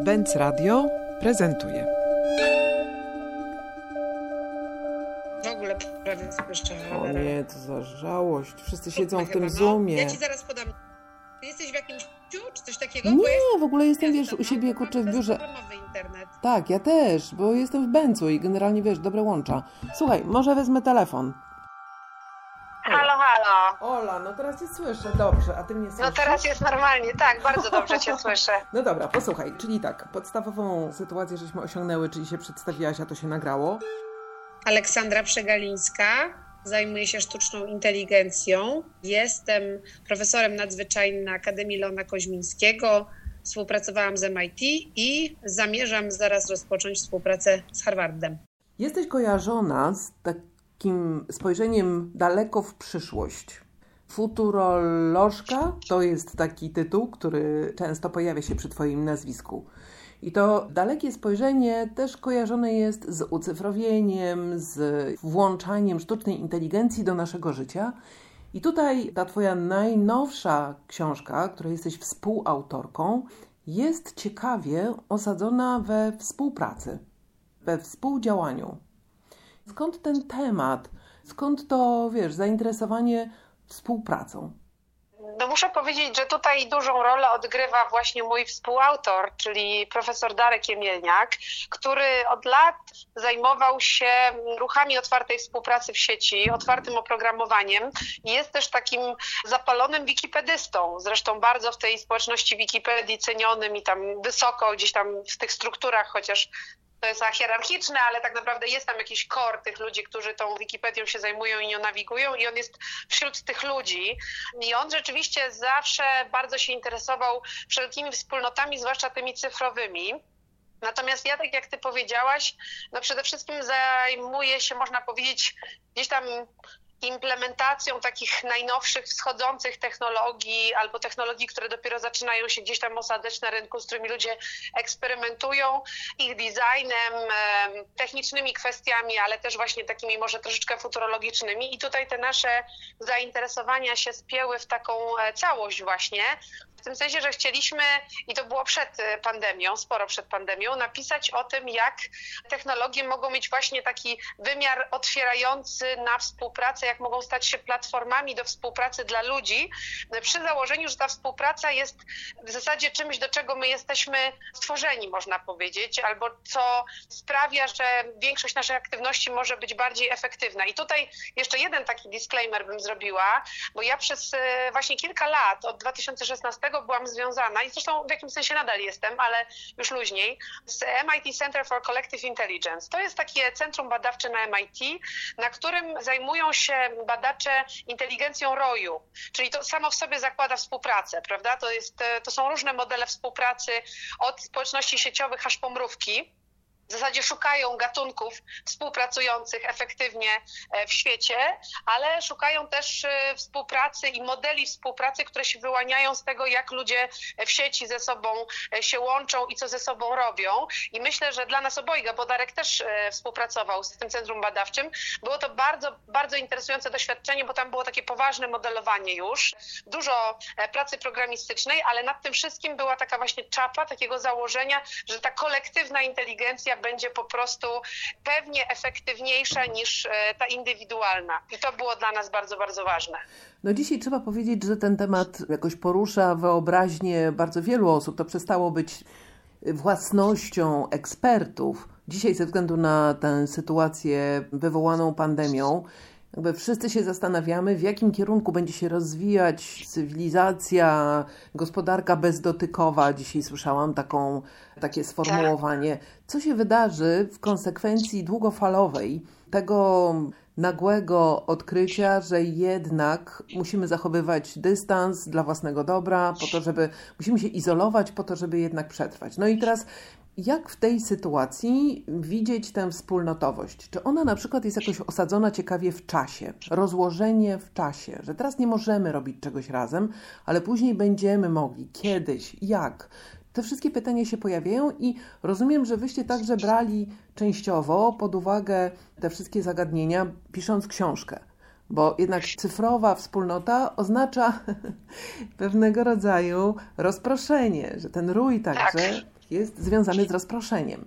Benz Radio prezentuje. W ogóle prawie słyszę. O nie, to za żałość. Wszyscy siedzą w tym No. Zoomie. Ja ci zaraz podam. Ty jesteś w jakimś ciu, czy coś takiego? Nie, w ogóle jestem, wiesz, u siebie, kurczę, w biurze. Internet. Tak, ja też, bo jestem w Bencu i generalnie, wiesz, dobre łącza. Słuchaj, może wezmę telefon. Halo, halo. Ola, no teraz cię słyszę, dobrze, a ty mnie słyszysz? No teraz jest normalnie, tak, bardzo dobrze cię słyszę. No dobra, posłuchaj, czyli tak, podstawową sytuację żeśmy osiągnęły, czyli się przedstawiłaś, a to się nagrało. Aleksandra Przegalińska, zajmuję się sztuczną inteligencją. Jestem profesorem nadzwyczajnym na Akademii Leona Koźmińskiego. Współpracowałam z MIT i zamierzam zaraz rozpocząć współpracę z Harvardem. Jesteś kojarzona z takim spojrzeniem daleko w przyszłość. Futurolożka to jest taki tytuł, który często pojawia się przy twoim nazwisku. I to dalekie spojrzenie też kojarzone jest z ucyfrowieniem, z włączaniem sztucznej inteligencji do naszego życia. I tutaj ta twoja najnowsza książka, której jesteś współautorką, jest ciekawie osadzona we współpracy, we współdziałaniu. Skąd ten temat? Skąd to, wiesz, zainteresowanie współpracą? No muszę powiedzieć, że tutaj dużą rolę odgrywa właśnie mój współautor, czyli profesor Darek Jemielniak, który od lat zajmował się ruchami otwartej współpracy w sieci, otwartym oprogramowaniem i jest też takim zapalonym wikipedystą. Zresztą bardzo w tej społeczności Wikipedii cenionym i tam wysoko gdzieś tam w tych strukturach, chociaż to jest hierarchiczne, ale tak naprawdę jest tam jakiś core tych ludzi, którzy tą Wikipedią się zajmują i nią nawigują i on jest wśród tych ludzi. I on rzeczywiście zawsze bardzo się interesował wszelkimi wspólnotami, zwłaszcza tymi cyfrowymi. Natomiast ja, tak jak ty powiedziałaś, no przede wszystkim zajmuję się, można powiedzieć, gdzieś tam implementacją takich najnowszych, wschodzących technologii albo technologii, które dopiero zaczynają się gdzieś tam osadzać na rynku, z którymi ludzie eksperymentują, ich designem, technicznymi kwestiami, ale też właśnie takimi może troszeczkę futurologicznymi. I tutaj te nasze zainteresowania się spięły w taką całość właśnie, w tym sensie, że chcieliśmy, i to było przed pandemią, sporo przed pandemią, napisać o tym, jak technologie mogą mieć właśnie taki wymiar otwierający na współpracę, jak mogą stać się platformami do współpracy dla ludzi, przy założeniu, że ta współpraca jest w zasadzie czymś, do czego my jesteśmy stworzeni, można powiedzieć, albo co sprawia, że większość naszych aktywności może być bardziej efektywna. I tutaj jeszcze jeden taki disclaimer bym zrobiła, bo ja przez właśnie kilka lat, od 2016 byłam związana i zresztą w jakimś sensie nadal jestem, ale już luźniej, z MIT Center for Collective Intelligence. To jest takie centrum badawcze na MIT, na którym zajmują się badacze inteligencją roju, czyli to samo w sobie zakłada współpracę, prawda? To są różne modele współpracy od społeczności sieciowych aż po mrówki. W zasadzie szukają gatunków współpracujących efektywnie w świecie, ale szukają też współpracy i modeli współpracy, które się wyłaniają z tego, jak ludzie w sieci ze sobą się łączą i co ze sobą robią. I myślę, że dla nas obojga, bo Darek też współpracował z tym centrum badawczym, było to bardzo, bardzo interesujące doświadczenie, bo tam było takie poważne modelowanie już, dużo pracy programistycznej, ale nad tym wszystkim była taka właśnie czapa takiego założenia, że ta kolektywna inteligencja będzie po prostu pewnie efektywniejsza niż ta indywidualna. I to było dla nas bardzo, bardzo ważne. No dzisiaj trzeba powiedzieć, że ten temat jakoś porusza wyobraźnię bardzo wielu osób. To przestało być własnością ekspertów. Dzisiaj ze względu na tę sytuację wywołaną pandemią, jakby wszyscy się zastanawiamy, w jakim kierunku będzie się rozwijać cywilizacja, gospodarka bezdotykowa. Dzisiaj słyszałam takie sformułowanie. Co się wydarzy w konsekwencji długofalowej tego nagłego odkrycia, że jednak musimy zachowywać dystans dla własnego dobra, musimy się izolować po to, żeby jednak przetrwać. No i teraz jak w tej sytuacji widzieć tę wspólnotowość? Czy ona na przykład jest jakoś osadzona ciekawie w czasie? Rozłożenie w czasie, że teraz nie możemy robić czegoś razem, ale później będziemy mogli. Kiedyś? Jak? Te wszystkie pytania się pojawiają i rozumiem, że wyście także brali częściowo pod uwagę te wszystkie zagadnienia, pisząc książkę. Bo jednak cyfrowa wspólnota oznacza pewnego rodzaju rozproszenie, że ten rój także jest związany z rozproszeniem.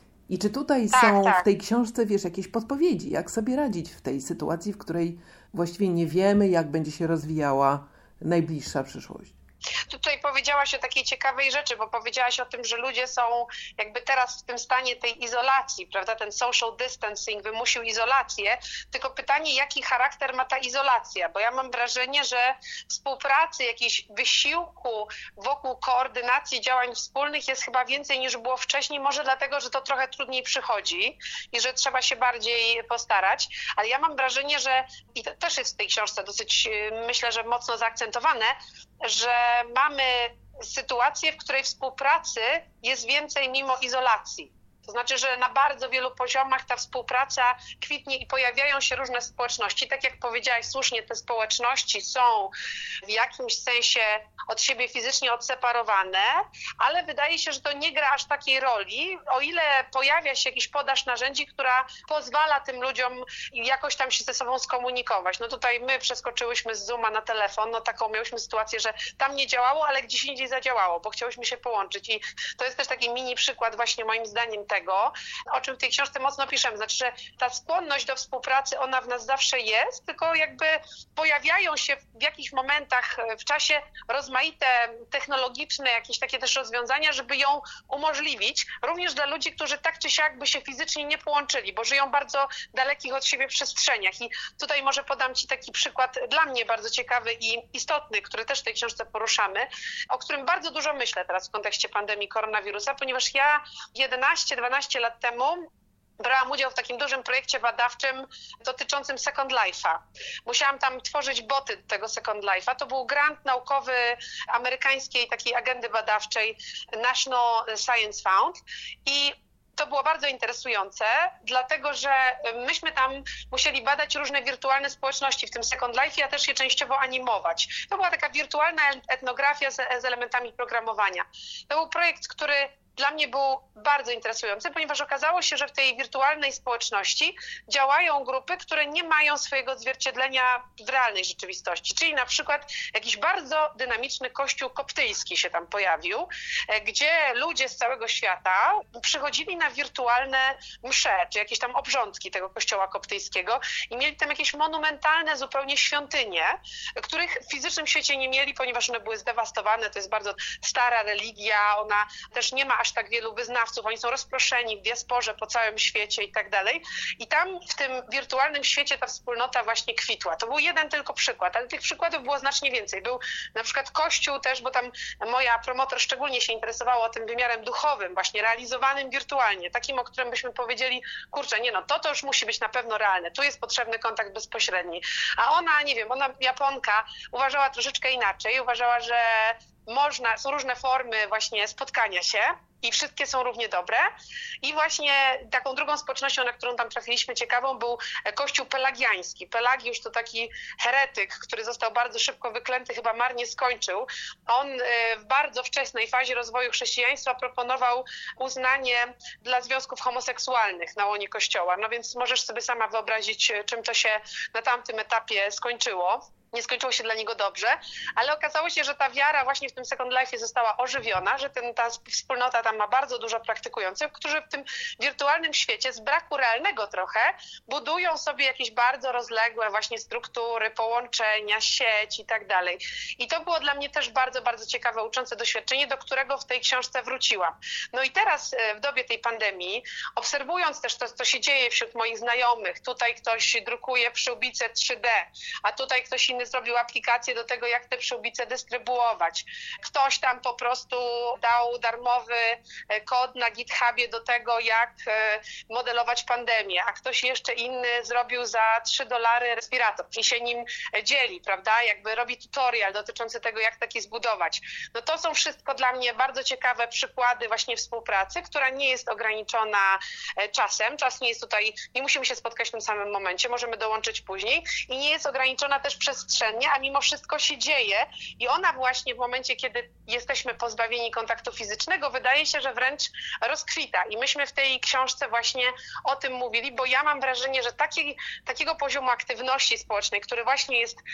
I czy tutaj są w tej książce, jakieś podpowiedzi, jak sobie radzić w tej sytuacji, w której właściwie nie wiemy, jak będzie się rozwijała najbliższa przyszłość? Tutaj powiedziałaś o takiej ciekawej rzeczy, bo powiedziałaś o tym, że ludzie są jakby teraz w tym stanie tej izolacji, prawda? Ten social distancing wymusił izolację, tylko pytanie, jaki charakter ma ta izolacja, bo ja mam wrażenie, że współpracy, jakiejś wysiłku wokół koordynacji działań wspólnych jest chyba więcej niż było wcześniej, może dlatego, że to trochę trudniej przychodzi i że trzeba się bardziej postarać, ale ja mam wrażenie, że i to też jest w tej książce dosyć, myślę, że mocno zaakcentowane, że mamy sytuację, w której współpracy jest więcej mimo izolacji. To znaczy, że na bardzo wielu poziomach ta współpraca kwitnie i pojawiają się różne społeczności. Tak jak powiedziałaś słusznie, te społeczności są w jakimś sensie od siebie fizycznie odseparowane, ale wydaje się, że to nie gra aż takiej roli, o ile pojawia się jakiś podaż narzędzi, która pozwala tym ludziom jakoś tam się ze sobą skomunikować. No tutaj my przeskoczyłyśmy z Zooma na telefon, no taką miałyśmy sytuację, że tam nie działało, ale gdzieś indziej zadziałało, bo chciałyśmy się połączyć i to jest też taki mini przykład właśnie moim zdaniem tego, o czym w tej książce mocno piszemy. Znaczy, że ta skłonność do współpracy, ona w nas zawsze jest, tylko jakby pojawiają się w jakichś momentach w czasie rozmaite technologiczne jakieś takie też rozwiązania, żeby ją umożliwić, również dla ludzi, którzy tak czy siak by się fizycznie nie połączyli, bo żyją w bardzo dalekich od siebie przestrzeniach. I tutaj może podam Ci taki przykład dla mnie bardzo ciekawy i istotny, który też w tej książce poruszamy, o którym bardzo dużo myślę teraz w kontekście pandemii koronawirusa, ponieważ ja 11-12 lat temu brałam udział w takim dużym projekcie badawczym dotyczącym Second Life'a. Musiałam tam tworzyć boty do tego Second Life'a. To był grant naukowy amerykańskiej takiej agendy badawczej National Science Fund i to było bardzo interesujące, dlatego że myśmy tam musieli badać różne wirtualne społeczności w tym Second Life, a też je częściowo animować. To była taka wirtualna etnografia z elementami programowania. To był projekt, który dla mnie był bardzo interesujący, ponieważ okazało się, że w tej wirtualnej społeczności działają grupy, które nie mają swojego odzwierciedlenia w realnej rzeczywistości. Czyli na przykład jakiś bardzo dynamiczny kościół koptyjski się tam pojawił, gdzie ludzie z całego świata przychodzili na wirtualne msze, czy jakieś tam obrządki tego kościoła koptyjskiego i mieli tam jakieś monumentalne zupełnie świątynie, których w fizycznym świecie nie mieli, ponieważ one były zdewastowane. To jest bardzo stara religia, ona też nie ma aż tak wielu wyznawców, oni są rozproszeni w diasporze po całym świecie i tak dalej. I tam w tym wirtualnym świecie ta wspólnota właśnie kwitła. To był jeden tylko przykład, ale tych przykładów było znacznie więcej. Był na przykład kościół też, bo tam moja promotor szczególnie się interesowała tym wymiarem duchowym, właśnie realizowanym wirtualnie, takim, o którym byśmy powiedzieli, kurczę, nie no, to już musi być na pewno realne, tu jest potrzebny kontakt bezpośredni. A ona, nie wiem, ona Japonka uważała troszeczkę inaczej, uważała, że są różne formy właśnie spotkania się i wszystkie są równie dobre. I właśnie taką drugą społecznością, na którą tam trafiliśmy ciekawą, był kościół pelagiański. Pelagiusz to taki heretyk, który został bardzo szybko wyklęty, chyba marnie skończył. On w bardzo wczesnej fazie rozwoju chrześcijaństwa proponował uznanie dla związków homoseksualnych na łonie kościoła. No więc możesz sobie sama wyobrazić, czym to się na tamtym etapie skończyło. Nie skończyło się dla niego dobrze, ale okazało się, że ta wiara właśnie w tym Second Life została ożywiona, że ta wspólnota tam ma bardzo dużo praktykujących, którzy w tym wirtualnym świecie z braku realnego trochę budują sobie jakieś bardzo rozległe właśnie struktury, połączenia, sieć i tak dalej. I to było dla mnie też bardzo, bardzo ciekawe, uczące doświadczenie, do którego w tej książce wróciłam. No i teraz w dobie tej pandemii, obserwując też to, co się dzieje wśród moich znajomych, tutaj ktoś drukuje przyłbice 3D, a tutaj ktoś inny zrobił aplikację do tego, jak te przyłbice dystrybuować. Ktoś tam po prostu dał darmowy kod na GitHubie do tego, jak modelować pandemię, a ktoś jeszcze inny zrobił za $3 respirator i się nim dzieli, prawda? Jakby robi tutorial dotyczący tego, jak taki zbudować. No to są wszystko dla mnie bardzo ciekawe przykłady właśnie współpracy, która nie jest ograniczona czasem. Czas nie jest tutaj, nie musimy się spotkać w tym samym momencie, możemy dołączyć później i nie jest ograniczona też przestrzennie, a mimo wszystko się dzieje i ona właśnie w momencie, kiedy jesteśmy pozbawieni kontaktu fizycznego, wydaje się, że wręcz rozkwita i myśmy w tej książce właśnie o tym mówili, bo ja mam wrażenie, że takiego poziomu aktywności społecznej, który właśnie jest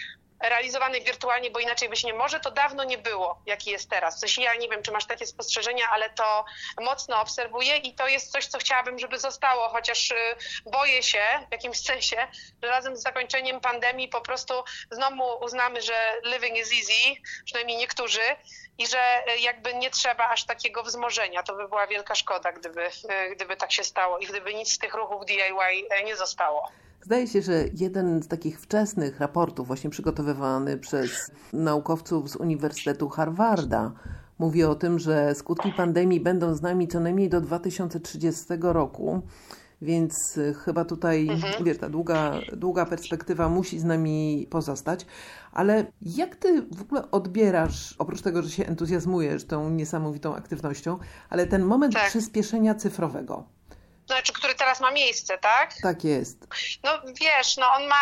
realizowany wirtualnie, bo inaczej być nie może, to dawno nie było, jaki jest teraz. Coś ja nie wiem, czy masz takie spostrzeżenia, ale to mocno obserwuję i to jest coś, co chciałabym, żeby zostało, chociaż boję się w jakimś sensie, że razem z zakończeniem pandemii po prostu znowu uznamy, że living is easy, przynajmniej niektórzy, i że jakby nie trzeba aż takiego wzmożenia. To by była wielka szkoda, gdyby tak się stało i gdyby nic z tych ruchów DIY nie zostało. Zdaje się, że jeden z takich wczesnych raportów, właśnie przygotowywany przez naukowców z Uniwersytetu Harvarda, mówi o tym, że skutki pandemii będą z nami co najmniej do 2030 roku, więc chyba tutaj, wiesz, ta długa perspektywa musi z nami pozostać. Ale jak ty w ogóle odbierasz, oprócz tego, że się entuzjazmujesz tą niesamowitą aktywnością, ale ten moment przyspieszenia cyfrowego? Znaczy, który teraz ma miejsce, tak? Tak jest. No wiesz,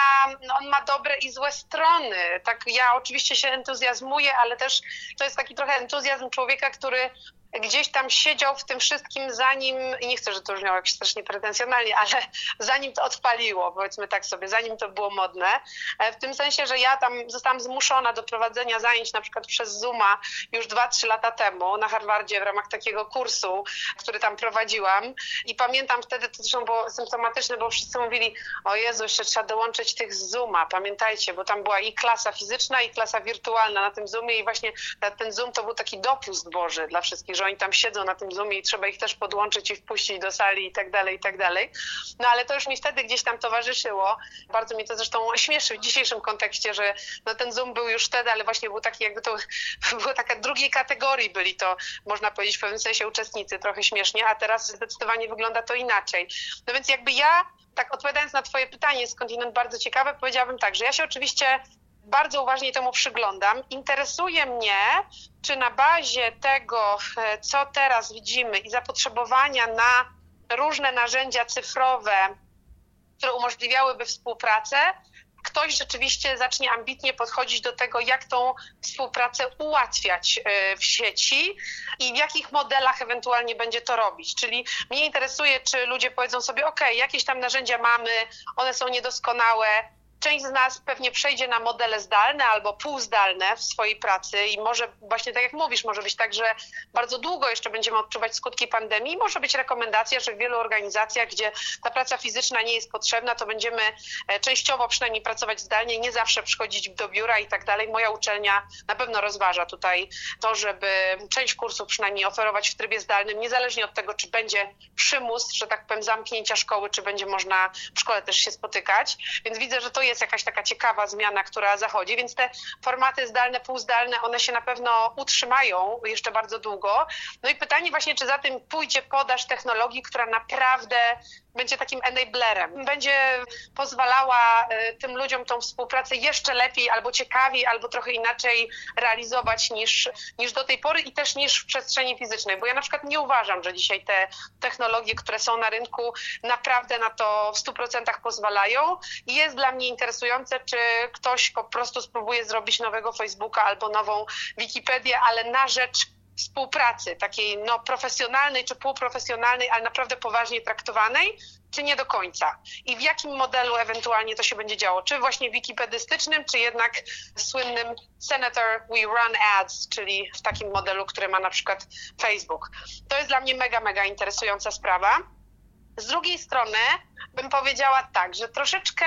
on ma dobre i złe strony. Tak, ja oczywiście się entuzjazmuję, ale też to jest taki trochę entuzjazm człowieka, który gdzieś tam siedział w tym wszystkim zanim, i nie chcę, że to brzmiało jakoś strasznie pretensjonalnie, ale zanim to odpaliło, powiedzmy tak sobie, zanim to było modne. W tym sensie, że ja tam zostałam zmuszona do prowadzenia zajęć na przykład przez Zooma już 2-3 lata temu na Harvardzie w ramach takiego kursu, który tam prowadziłam i pamiętam wtedy, to zresztą było symptomatyczne, bo wszyscy mówili, o Jezu, jeszcze trzeba dołączyć tych z Zooma, pamiętajcie, bo tam była i klasa fizyczna, i klasa wirtualna na tym Zoomie i właśnie ten Zoom to był taki dopust Boży dla wszystkich, że oni tam siedzą na tym Zoomie i trzeba ich też podłączyć i wpuścić do sali i tak dalej, i tak dalej. No ale to już mi wtedy gdzieś tam towarzyszyło. Bardzo mnie to zresztą śmieszy w dzisiejszym kontekście, że no ten Zoom był już wtedy, ale właśnie był taki, jakby to było taka drugiej kategorii byli to, można powiedzieć w pewnym sensie uczestnicy, trochę śmiesznie, a teraz zdecydowanie wygląda to inaczej. No więc jakby ja, tak odpowiadając na twoje pytanie, skądinąd bardzo ciekawe, powiedziałabym tak, że ja się oczywiście bardzo uważnie temu przyglądam. Interesuje mnie, czy na bazie tego, co teraz widzimy i zapotrzebowania na różne narzędzia cyfrowe, które umożliwiałyby współpracę, ktoś rzeczywiście zacznie ambitnie podchodzić do tego, jak tą współpracę ułatwiać w sieci i w jakich modelach ewentualnie będzie to robić. Czyli mnie interesuje, czy ludzie powiedzą sobie, jakieś tam narzędzia mamy, one są niedoskonałe, część z nas pewnie przejdzie na modele zdalne albo półzdalne w swojej pracy i może właśnie tak jak mówisz, może być tak, że bardzo długo jeszcze będziemy odczuwać skutki pandemii. Może być rekomendacja, że w wielu organizacjach, gdzie ta praca fizyczna nie jest potrzebna, to będziemy częściowo przynajmniej pracować zdalnie, nie zawsze przychodzić do biura i tak dalej. Moja uczelnia na pewno rozważa tutaj to, żeby część kursów przynajmniej oferować w trybie zdalnym, niezależnie od tego, czy będzie przymus, że tak powiem, zamknięcia szkoły, czy będzie można w szkole też się spotykać. Więc widzę, że to jest jakaś taka ciekawa zmiana, która zachodzi, więc te formaty zdalne, półzdalne, one się na pewno utrzymają jeszcze bardzo długo. No i pytanie właśnie, czy za tym pójdzie podaż technologii, która naprawdę będzie takim enablerem, będzie pozwalała tym ludziom tą współpracę jeszcze lepiej, albo ciekawiej, albo trochę inaczej realizować niż do tej pory i też niż w przestrzeni fizycznej, bo ja na przykład nie uważam, że dzisiaj te technologie, które są na rynku, naprawdę na to w 100% pozwalają i jest dla mnie interesujące, czy ktoś po prostu spróbuje zrobić nowego Facebooka albo nową Wikipedię, ale na rzecz współpracy, takiej profesjonalnej czy półprofesjonalnej, ale naprawdę poważnie traktowanej, czy nie do końca? I w jakim modelu ewentualnie to się będzie działo? Czy właśnie wikipedystycznym, czy jednak słynnym Senator We Run Ads, czyli w takim modelu, który ma na przykład Facebook? To jest dla mnie mega interesująca sprawa. Z drugiej strony bym powiedziała tak, że troszeczkę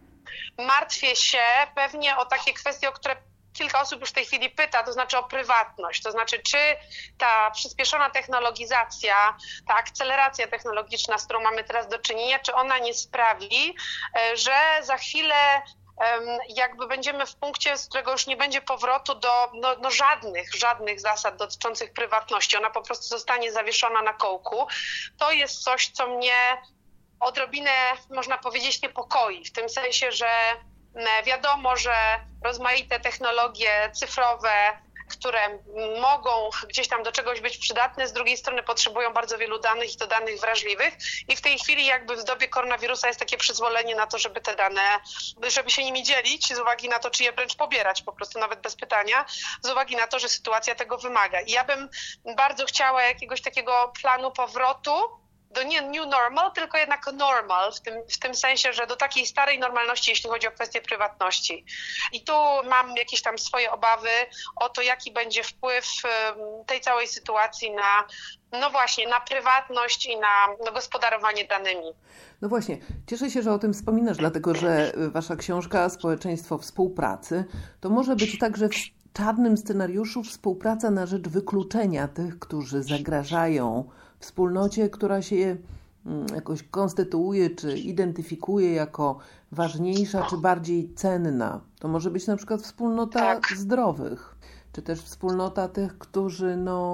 martwię się pewnie o takie kwestie, o które kilka osób już w tej chwili pyta, to znaczy o prywatność, to znaczy czy ta przyspieszona technologizacja, ta akceleracja technologiczna, z którą mamy teraz do czynienia, czy ona nie sprawi, że za chwilę jakby będziemy w punkcie, z którego już nie będzie powrotu do żadnych zasad dotyczących prywatności. Ona po prostu zostanie zawieszona na kołku. To jest coś, co mnie odrobinę, można powiedzieć, niepokoi, w tym sensie, że wiadomo, że rozmaite technologie cyfrowe, które mogą gdzieś tam do czegoś być przydatne, z drugiej strony potrzebują bardzo wielu danych i to danych wrażliwych i w tej chwili jakby w dobie koronawirusa jest takie przyzwolenie na to, żeby te dane, żeby się nimi dzielić z uwagi na to, czy je wręcz pobierać po prostu nawet bez pytania, z uwagi na to, że sytuacja tego wymaga. I ja bym bardzo chciała jakiegoś takiego planu powrotu nie new normal, tylko jednak normal, w tym sensie, że do takiej starej normalności, jeśli chodzi o kwestię prywatności. I tu mam jakieś tam swoje obawy o to, jaki będzie wpływ tej całej sytuacji na prywatność i na gospodarowanie danymi. No właśnie, cieszę się, że o tym wspominasz, dlatego że wasza książka Społeczeństwo współpracy to może być także w czarnym scenariuszu współpraca na rzecz wykluczenia tych, którzy zagrażają wspólnocie, która się jakoś konstytuuje czy identyfikuje jako ważniejsza czy bardziej cenna. To może być na przykład wspólnota zdrowych, czy też wspólnota tych, którzy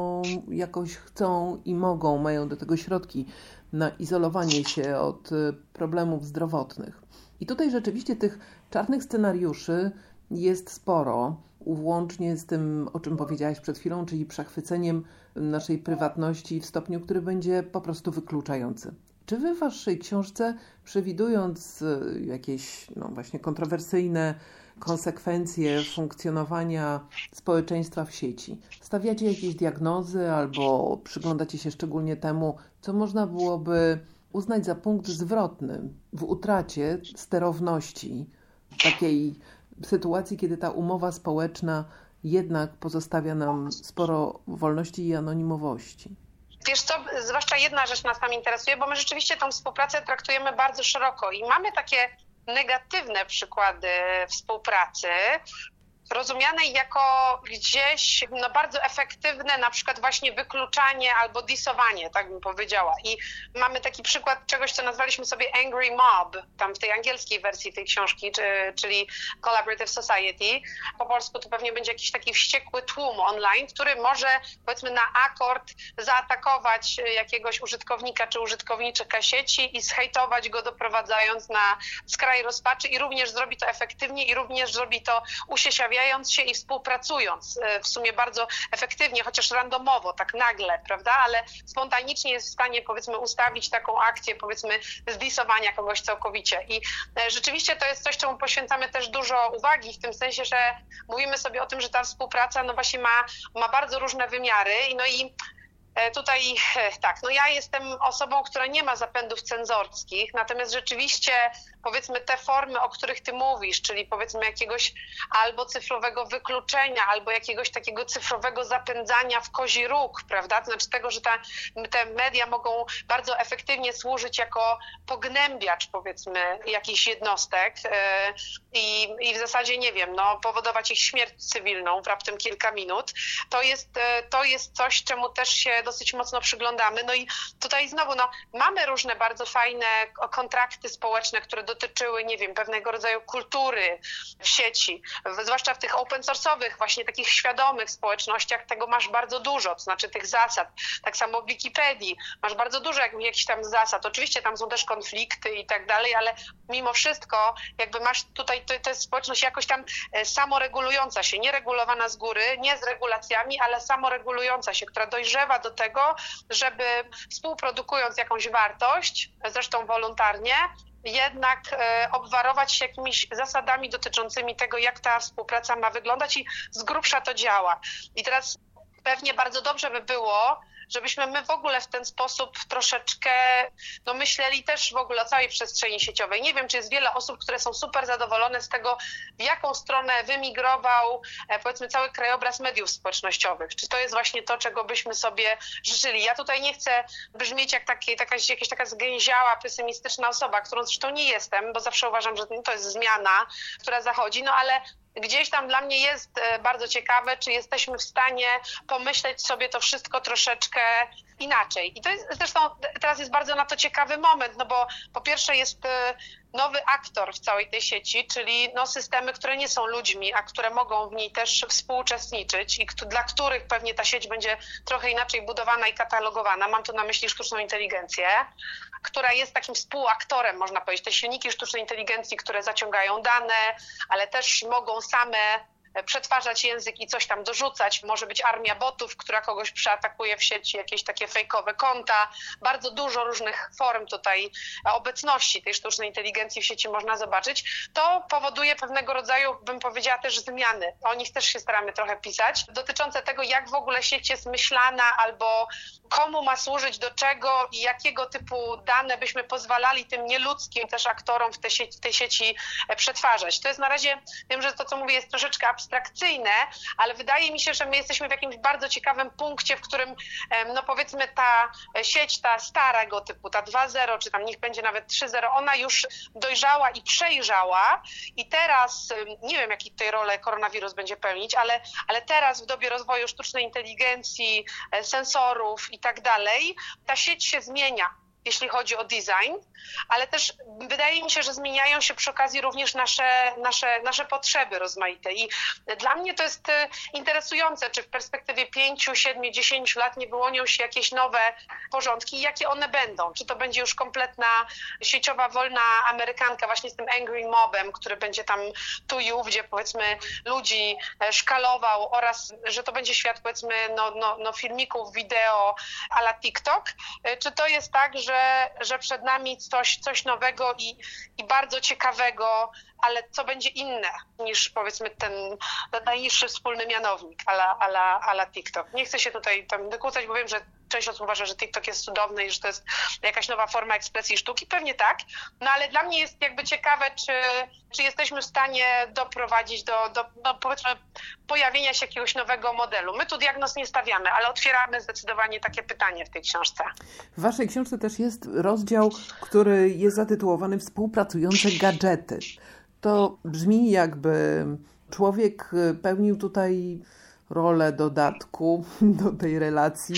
jakoś chcą i mogą, mają do tego środki na izolowanie się od problemów zdrowotnych. I tutaj rzeczywiście tych czarnych scenariuszy jest sporo, łącznie z tym, o czym powiedziałaś przed chwilą, czyli przechwyceniem naszej prywatności w stopniu, który będzie po prostu wykluczający. Czy wy w waszej książce, przewidując jakieś właśnie kontrowersyjne konsekwencje funkcjonowania społeczeństwa w sieci, stawiacie jakieś diagnozy albo przyglądacie się szczególnie temu, co można byłoby uznać za punkt zwrotny w utracie sterowności takiej sytuacji, kiedy ta umowa społeczna jednak pozostawia nam sporo wolności i anonimowości? Wiesz co, zwłaszcza jedna rzecz nas tam interesuje, bo my rzeczywiście tą współpracę traktujemy bardzo szeroko i mamy takie negatywne przykłady współpracy, rozumianej jako gdzieś bardzo efektywne na przykład właśnie wykluczanie albo disowanie, tak bym powiedziała. I mamy taki przykład czegoś, co nazwaliśmy sobie Angry Mob, tam w tej angielskiej wersji tej książki, czyli Collaborative Society. Po polsku to pewnie będzie jakiś taki wściekły tłum online, który może powiedzmy na akord zaatakować jakiegoś użytkownika czy użytkowniczkę sieci i zhejtować go, doprowadzając na skraj rozpaczy i również zrobi to efektywnie i również zrobi to usiesiawiając się i współpracując w sumie bardzo efektywnie, chociaż randomowo, tak nagle, prawda, ale spontanicznie jest w stanie, powiedzmy, ustawić taką akcję, powiedzmy, zdisowania kogoś całkowicie. I rzeczywiście to jest coś, czemu poświęcamy też dużo uwagi, w tym sensie, że mówimy sobie o tym, że ta współpraca właśnie ma bardzo różne wymiary. I tutaj ja jestem osobą, która nie ma zapędów cenzorskich, natomiast rzeczywiście powiedzmy te formy, o których ty mówisz, czyli powiedzmy jakiegoś albo cyfrowego wykluczenia, albo jakiegoś takiego cyfrowego zapędzania w kozi róg, prawda? To znaczy tego, że te media mogą bardzo efektywnie służyć jako pognębiać powiedzmy jakichś jednostek i w zasadzie, nie wiem, powodować ich śmierć cywilną w raptem kilka minut. To jest coś, czemu też się dosyć mocno przyglądamy. No i tutaj znowu, mamy różne bardzo fajne kontrakty społeczne, które dotyczyły, nie wiem, pewnego rodzaju kultury w sieci, zwłaszcza w tych open source'owych, właśnie takich świadomych społecznościach, tego masz bardzo dużo, to znaczy tych zasad. Tak samo w Wikipedii masz bardzo dużo jakichś tam zasad. Oczywiście tam są też konflikty i tak dalej, ale mimo wszystko jakby masz tutaj, to jest społeczność jakoś tam samoregulująca się, nie regulowana z góry, nie z regulacjami, ale samoregulująca się, która dojrzewa do tego, żeby współprodukując jakąś wartość, zresztą wolontarnie, jednak obwarować się jakimiś zasadami dotyczącymi tego, jak ta współpraca ma wyglądać i z grubsza to działa. I teraz pewnie bardzo dobrze by było, żebyśmy my w ogóle w ten sposób troszeczkę myśleli też w ogóle o całej przestrzeni sieciowej. Nie wiem, czy jest wiele osób, które są super zadowolone z tego, w jaką stronę wymigrował powiedzmy cały krajobraz mediów społecznościowych. Czy to jest właśnie to, czego byśmy sobie życzyli. Ja tutaj nie chcę brzmieć jak jakaś taka zgęziała, pesymistyczna osoba, którą zresztą nie jestem, bo zawsze uważam, że to jest zmiana, która zachodzi, ale gdzieś tam dla mnie jest bardzo ciekawe, czy jesteśmy w stanie pomyśleć sobie to wszystko troszeczkę inaczej. I to jest zresztą teraz jest bardzo na to ciekawy moment, bo po pierwsze jest nowy aktor w całej tej sieci, czyli systemy, które nie są ludźmi, a które mogą w niej też współuczestniczyć i dla których pewnie ta sieć będzie trochę inaczej budowana i katalogowana. Mam tu na myśli sztuczną inteligencję, która jest takim współaktorem, można powiedzieć. Te silniki sztucznej inteligencji, które zaciągają dane, ale też mogą same przetwarzać język i coś tam dorzucać. Może być armia botów, która kogoś przeatakuje w sieci, jakieś takie fejkowe konta. Bardzo dużo różnych form tutaj obecności tej sztucznej inteligencji w sieci można zobaczyć. To powoduje pewnego rodzaju, bym powiedziała, też zmiany. O nich też się staramy trochę pisać, dotyczące tego, jak w ogóle sieć jest myślana albo komu ma służyć, do czego i jakiego typu dane byśmy pozwalali tym nieludzkim też aktorom w tej sieci przetwarzać. To jest na razie, wiem, że to, co mówię, jest troszeczkę abstrakcyjne, ale wydaje mi się, że my jesteśmy w jakimś bardzo ciekawym punkcie, w którym, no powiedzmy, ta sieć, ta starego typu, ta 2.0, czy tam niech będzie nawet 3.0, ona już dojrzała i przejrzała i teraz, nie wiem, jaki tutaj rolę koronawirus będzie pełnić, ale teraz w dobie rozwoju sztucznej inteligencji, sensorów i tak dalej, ta sieć się zmienia, jeśli chodzi o design, ale też wydaje mi się, że zmieniają się przy okazji również nasze potrzeby rozmaite. I dla mnie to jest interesujące, czy w perspektywie 5, 7, 10 lat nie wyłonią się jakieś nowe porządki i jakie one będą. Czy to będzie już kompletna sieciowa, wolna amerykanka właśnie z tym angry mobem, który będzie tam tu i ówdzie, powiedzmy, ludzi szkalował, oraz że to będzie świat, powiedzmy, filmików, wideo a la TikTok. Czy to jest tak, że przed nami coś nowego i bardzo ciekawego, ale co będzie inne niż, powiedzmy, ten najniższy wspólny mianownik a la TikTok. Nie chcę się tutaj tam wykłócać, bo wiem, że część osób uważa, że TikTok jest cudowny i że to jest jakaś nowa forma ekspresji sztuki. Pewnie tak, no ale dla mnie jest jakby ciekawe, czy jesteśmy w stanie doprowadzić do powiedzmy pojawienia się jakiegoś nowego modelu. My tu diagnoz nie stawiamy, ale otwieramy zdecydowanie takie pytanie w tej książce. W waszej książce też jest rozdział, który jest zatytułowany Współpracujące gadżety. To brzmi, jakby człowiek pełnił tutaj rolę dodatku do tej relacji.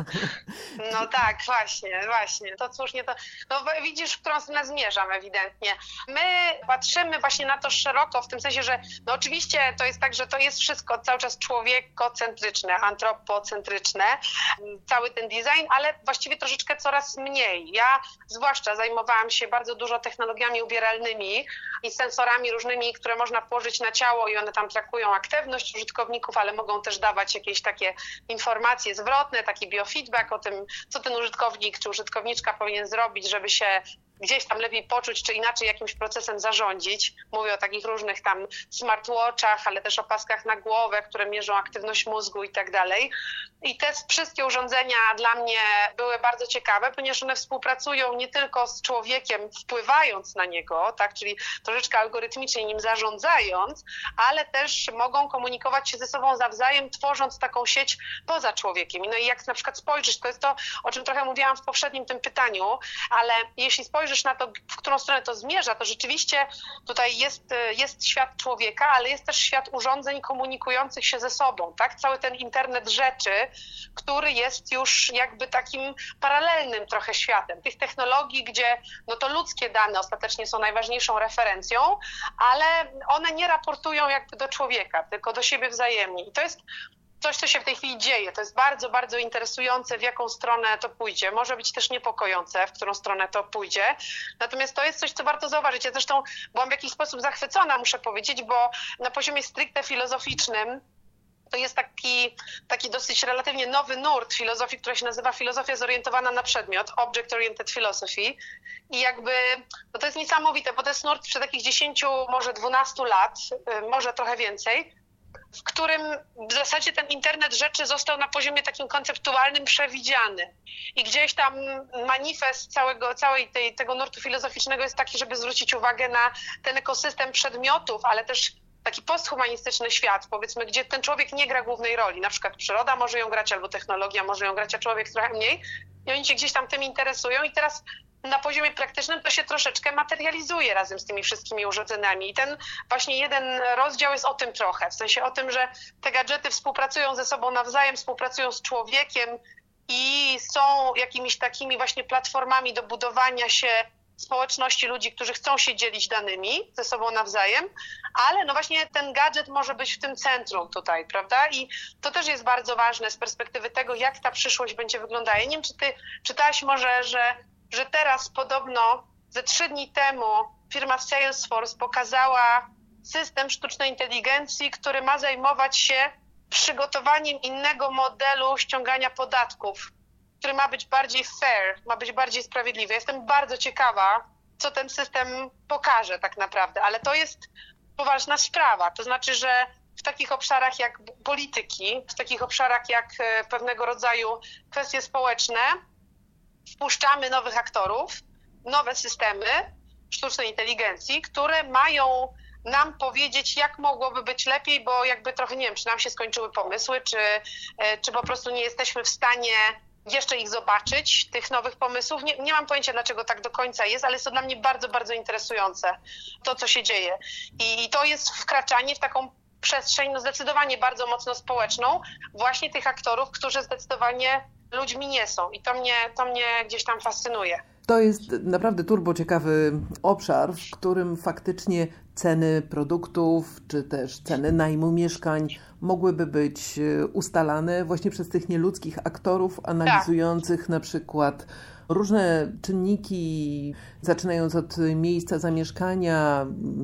No tak, właśnie. To słusznie to. No widzisz, w którą stronę zmierzam ewidentnie. My patrzymy właśnie na to szeroko, w tym sensie, że no oczywiście to jest tak, że to jest wszystko cały czas człowiekocentryczne, antropocentryczne, cały ten design, ale właściwie troszeczkę coraz mniej. Ja zwłaszcza zajmowałam się bardzo dużo technologiami ubieralnymi i sensorami różnymi, które można położyć na ciało i one tam trakują aktywność użytkowników, ale mogą też dawać jakieś takie informacje zwrotne, taki biofeedback o tym, co ten użytkownik czy użytkowniczka powinien zrobić, żeby się gdzieś tam lepiej poczuć, czy inaczej jakimś procesem zarządzić. Mówię o takich różnych tam smartwatchach, ale też o paskach na głowę, które mierzą aktywność mózgu i tak dalej. I te wszystkie urządzenia dla mnie były bardzo ciekawe, ponieważ one współpracują nie tylko z człowiekiem, wpływając na niego, tak, czyli troszeczkę algorytmicznie nim zarządzając, ale też mogą komunikować się ze sobą nawzajem, tworząc taką sieć poza człowiekiem. No i jak na przykład spojrzysz, to jest to, o czym trochę mówiłam w poprzednim tym pytaniu, ale jeśli spojrzysz na to, w którą stronę to zmierza, to rzeczywiście tutaj jest świat człowieka, ale jest też świat urządzeń komunikujących się ze sobą, tak? Cały ten internet rzeczy, który jest już jakby takim paralelnym trochę światem tych technologii, gdzie no to ludzkie dane ostatecznie są najważniejszą referencją, ale one nie raportują jakby do człowieka, tylko do siebie wzajemnie. I to jest coś, co się w tej chwili dzieje. To jest bardzo, bardzo interesujące, w jaką stronę to pójdzie. Może być też niepokojące, w którą stronę to pójdzie. Natomiast to jest coś, co warto zauważyć. Ja zresztą byłam w jakiś sposób zachwycona, muszę powiedzieć, bo na poziomie stricte filozoficznym to jest taki dosyć relatywnie nowy nurt filozofii, która się nazywa filozofia zorientowana na przedmiot, Object-Oriented Philosophy. I jakby, no to jest niesamowite, bo to jest nurt przed takich 10, może 12 lat, może trochę więcej, w którym w zasadzie ten internet rzeczy został na poziomie takim konceptualnym przewidziany. I gdzieś tam manifest tego nurtu filozoficznego jest taki, żeby zwrócić uwagę na ten ekosystem przedmiotów, ale też taki posthumanistyczny świat, powiedzmy, gdzie ten człowiek nie gra głównej roli. Na przykład przyroda może ją grać, albo technologia może ją grać, a człowiek trochę mniej. I oni się gdzieś tam tym interesują i teraz na poziomie praktycznym to się troszeczkę materializuje razem z tymi wszystkimi urządzeniami. I ten właśnie jeden rozdział jest o tym trochę, w sensie o tym, że te gadżety współpracują ze sobą nawzajem, współpracują z człowiekiem i są jakimiś takimi właśnie platformami do budowania się społeczności ludzi, którzy chcą się dzielić danymi ze sobą nawzajem, ale no właśnie ten gadżet może być w tym centrum tutaj, prawda? I to też jest bardzo ważne z perspektywy tego, jak ta przyszłość będzie wyglądała. Ja nie wiem, czy ty czytałaś może, że teraz podobno ze 3 dni temu firma Salesforce pokazała system sztucznej inteligencji, który ma zajmować się przygotowaniem innego modelu ściągania podatków, który ma być bardziej fair, ma być bardziej sprawiedliwy. Jestem bardzo ciekawa, co ten system pokaże tak naprawdę, ale to jest poważna sprawa. To znaczy, że w takich obszarach jak polityki, w takich obszarach jak pewnego rodzaju kwestie społeczne, wpuszczamy nowych aktorów, nowe systemy sztucznej inteligencji, które mają nam powiedzieć, jak mogłoby być lepiej, bo jakby trochę nie wiem, czy nam się skończyły pomysły, czy po prostu nie jesteśmy w stanie jeszcze ich zobaczyć, tych nowych pomysłów. Nie mam pojęcia, dlaczego tak do końca jest, ale jest to dla mnie bardzo, bardzo interesujące, to co się dzieje. I to jest wkraczanie w taką przestrzeń zdecydowanie bardzo mocno społeczną właśnie tych aktorów, którzy zdecydowanie ludźmi nie są. I to mnie gdzieś tam fascynuje. To jest naprawdę turbo ciekawy obszar, w którym faktycznie ceny produktów, czy też ceny najmu mieszkań mogłyby być ustalane właśnie przez tych nieludzkich aktorów analizujących na przykład różne czynniki, zaczynając od miejsca zamieszkania,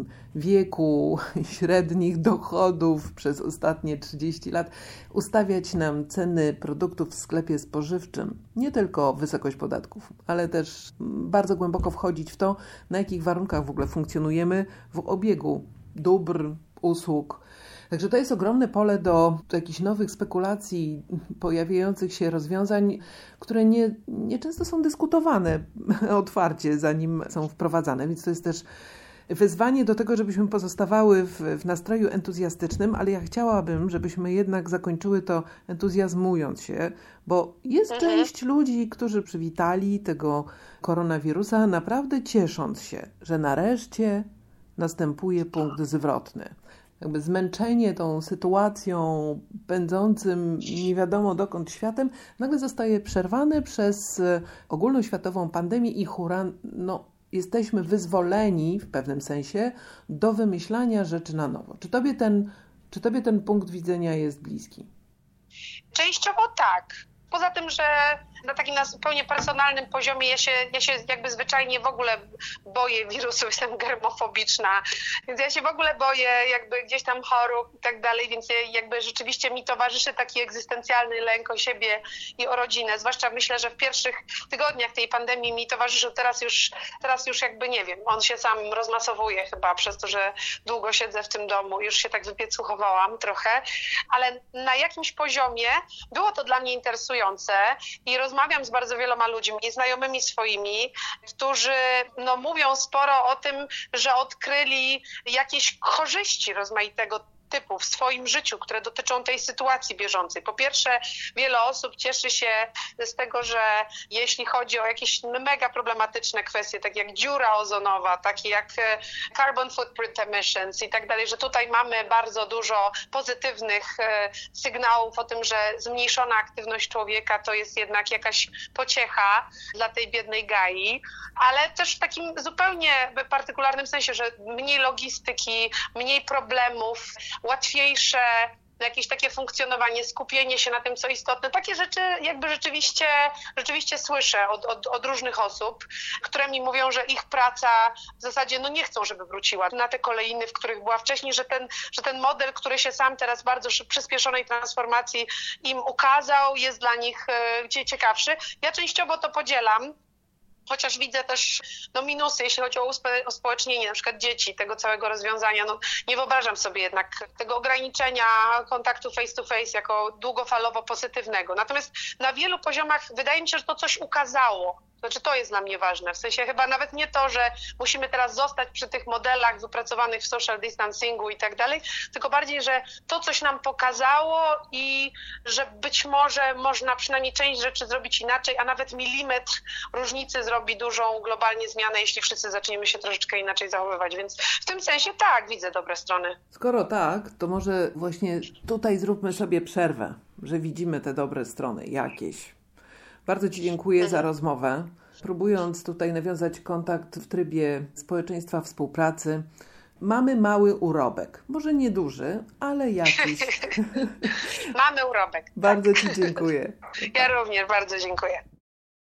wieku, średnich dochodów przez ostatnie 30 lat, ustawiać nam ceny produktów w sklepie spożywczym. Nie tylko wysokość podatków, ale też bardzo głęboko wchodzić w to, na jakich warunkach w ogóle funkcjonujemy w obiegu dóbr, usług. Także to jest ogromne pole do jakichś nowych spekulacji, pojawiających się rozwiązań, które nie często są dyskutowane otwarcie, zanim są wprowadzane. Więc to jest też wyzwanie do tego, żebyśmy pozostawały w nastroju entuzjastycznym, ale ja chciałabym, żebyśmy jednak zakończyły to entuzjazmując się, bo jest część ludzi, którzy przywitali tego koronawirusa, naprawdę ciesząc się, że nareszcie następuje punkt zwrotny. Jakby zmęczenie tą sytuacją, pędzącym nie wiadomo dokąd światem, nagle zostaje przerwane przez ogólnoświatową pandemię i hurra, jesteśmy wyzwoleni w pewnym sensie do wymyślania rzeczy na nowo. Czy tobie ten punkt widzenia jest bliski? Częściowo tak. Poza tym, że na takim na zupełnie personalnym poziomie ja się jakby zwyczajnie w ogóle boję wirusu, jestem germofobiczna, więc ja się w ogóle boję jakby gdzieś tam chorób i tak dalej, więc jakby rzeczywiście mi towarzyszy taki egzystencjalny lęk o siebie i o rodzinę, zwłaszcza myślę, że w pierwszych tygodniach tej pandemii mi towarzyszył, teraz już jakby nie wiem, on się sam rozmasowuje chyba przez to, że długo siedzę w tym domu, już się tak wypiecuchowałam trochę, ale na jakimś poziomie było to dla mnie interesujące i rozmawiam z bardzo wieloma ludźmi, znajomymi swoimi, którzy mówią sporo o tym, że odkryli jakieś korzyści rozmaitego typu w swoim życiu, które dotyczą tej sytuacji bieżącej. Po pierwsze, wiele osób cieszy się z tego, że jeśli chodzi o jakieś mega problematyczne kwestie, takie jak dziura ozonowa, takie jak carbon footprint emissions i tak dalej, że tutaj mamy bardzo dużo pozytywnych sygnałów o tym, że zmniejszona aktywność człowieka to jest jednak jakaś pociecha dla tej biednej Gai, ale też w takim zupełnie partykularnym sensie, że mniej logistyki, mniej problemów, łatwiejsze jakieś takie funkcjonowanie, skupienie się na tym, co istotne. Takie rzeczy jakby rzeczywiście słyszę od różnych osób, które mi mówią, że ich praca w zasadzie nie chcą, żeby wróciła na te kolejny, w których była wcześniej, że ten model, który się sam teraz bardzo przyspieszonej transformacji im ukazał, jest dla nich ciekawszy. Ja częściowo to podzielam. Chociaż widzę też minusy, jeśli chodzi o uspołecznienie na przykład dzieci, tego całego rozwiązania. Nie wyobrażam sobie jednak tego ograniczenia kontaktu face to face jako długofalowo pozytywnego. Natomiast na wielu poziomach wydaje mi się, że to coś ukazało. Znaczy to jest dla mnie ważne. W sensie chyba nawet nie to, że musimy teraz zostać przy tych modelach wypracowanych w social distancingu i tak dalej, tylko bardziej, że to coś nam pokazało i że być może można przynajmniej część rzeczy zrobić inaczej, a nawet milimetr różnicy zrobi dużą globalnie zmianę, jeśli wszyscy zaczniemy się troszeczkę inaczej zachowywać. Więc w tym sensie tak, widzę dobre strony. Skoro tak, to może właśnie tutaj zróbmy sobie przerwę, że widzimy te dobre strony jakieś. Bardzo Ci dziękuję za rozmowę. Próbując tutaj nawiązać kontakt w trybie społeczeństwa współpracy, mamy mały urobek. Może nie duży, ale jakiś. Mamy urobek. Bardzo Ci dziękuję. Ja również bardzo dziękuję.